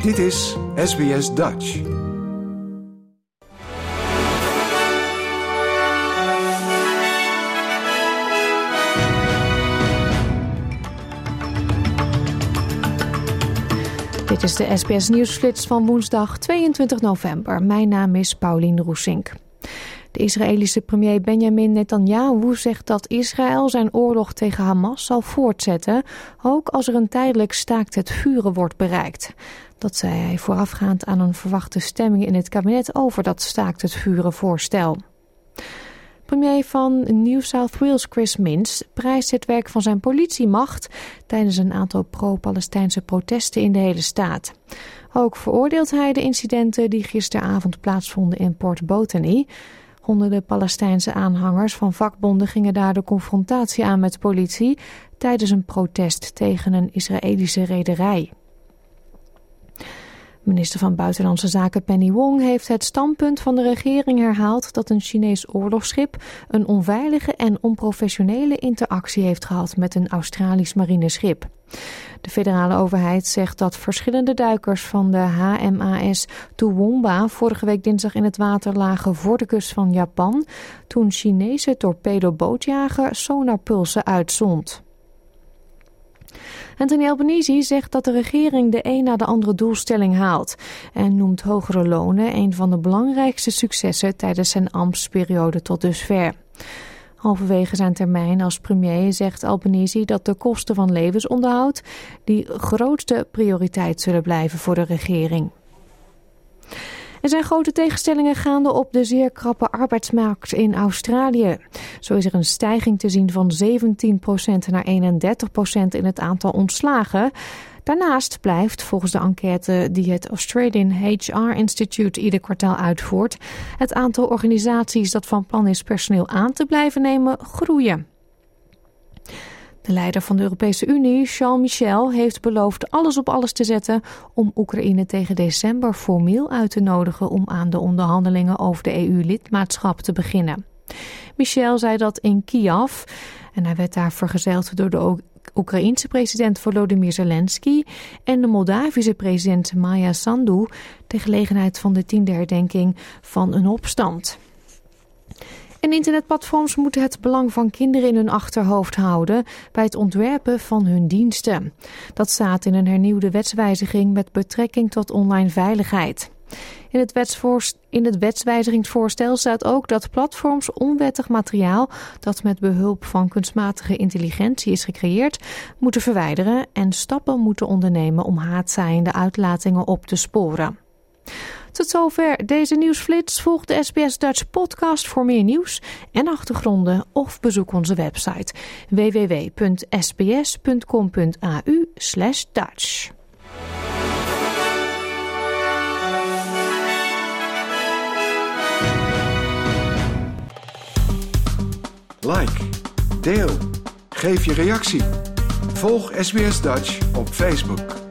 Dit is SBS Dutch. Dit is de SBS Nieuwsflits van woensdag 22 november. Mijn naam is Paulien Roesink. De Israëlische premier Benjamin Netanyahu zegt dat Israël zijn oorlog tegen Hamas zal voortzetten, ook als er een tijdelijk staakt het vuren wordt bereikt. Dat zei hij voorafgaand aan een verwachte stemming in het kabinet over dat staakt het vuren voorstel. Premier van New South Wales Chris Minns prijst het werk van zijn politiemacht tijdens een aantal pro-Palestijnse protesten in de hele staat. Ook veroordeelt hij de incidenten die gisteravond plaatsvonden in Port Botany. Honderden Palestijnse aanhangers van vakbonden gingen daar de confrontatie aan met de politie tijdens een protest tegen een Israëlische rederij. Minister van Buitenlandse Zaken Penny Wong heeft het standpunt van de regering herhaald dat een Chinees oorlogsschip een onveilige en onprofessionele interactie heeft gehad met een Australisch marineschip. De federale overheid zegt dat verschillende duikers van de HMAS Toowoomba vorige week dinsdag in het water lagen voor de kust van Japan toen Chinese torpedobootjager sonarpulsen uitzond. Anthony Albanese zegt dat de regering de een na de andere doelstelling haalt en noemt hogere lonen een van de belangrijkste successen tijdens zijn ambtsperiode tot dusver. Halverwege zijn termijn als premier zegt Albanese dat de kosten van levensonderhoud die grootste prioriteit zullen blijven voor de regering. Er zijn grote tegenstellingen gaande op de zeer krappe arbeidsmarkt in Australië. Zo is er een stijging te zien van 17% naar 31% in het aantal ontslagen. Daarnaast blijft, volgens de enquête die het Australian HR Institute ieder kwartaal uitvoert, het aantal organisaties dat van plan is personeel aan te blijven nemen groeien. De leider van de Europese Unie, Charles Michel, heeft beloofd alles op alles te zetten om Oekraïne tegen december formeel uit te nodigen om aan de onderhandelingen over de EU-lidmaatschap te beginnen. Michel zei dat in Kiev en hij werd daar vergezeld door de Oekraïense president Volodymyr Zelensky en de Moldavische president Maia Sandu ter gelegenheid van de 10e herdenking van een opstand. En internetplatforms moeten het belang van kinderen in hun achterhoofd houden bij het ontwerpen van hun diensten. Dat staat in een hernieuwde wetswijziging met betrekking tot online veiligheid. In het wetswijzigingsvoorstel staat ook dat platforms onwettig materiaal dat met behulp van kunstmatige intelligentie is gecreëerd, moeten verwijderen en stappen moeten ondernemen om haatzaaiende uitlatingen op te sporen. Tot zover deze nieuwsflits. Volg de SBS Dutch podcast voor meer nieuws en achtergronden of bezoek onze website www.sbs.com.au/Dutch. Like, deel, geef je reactie. Volg SBS Dutch op Facebook.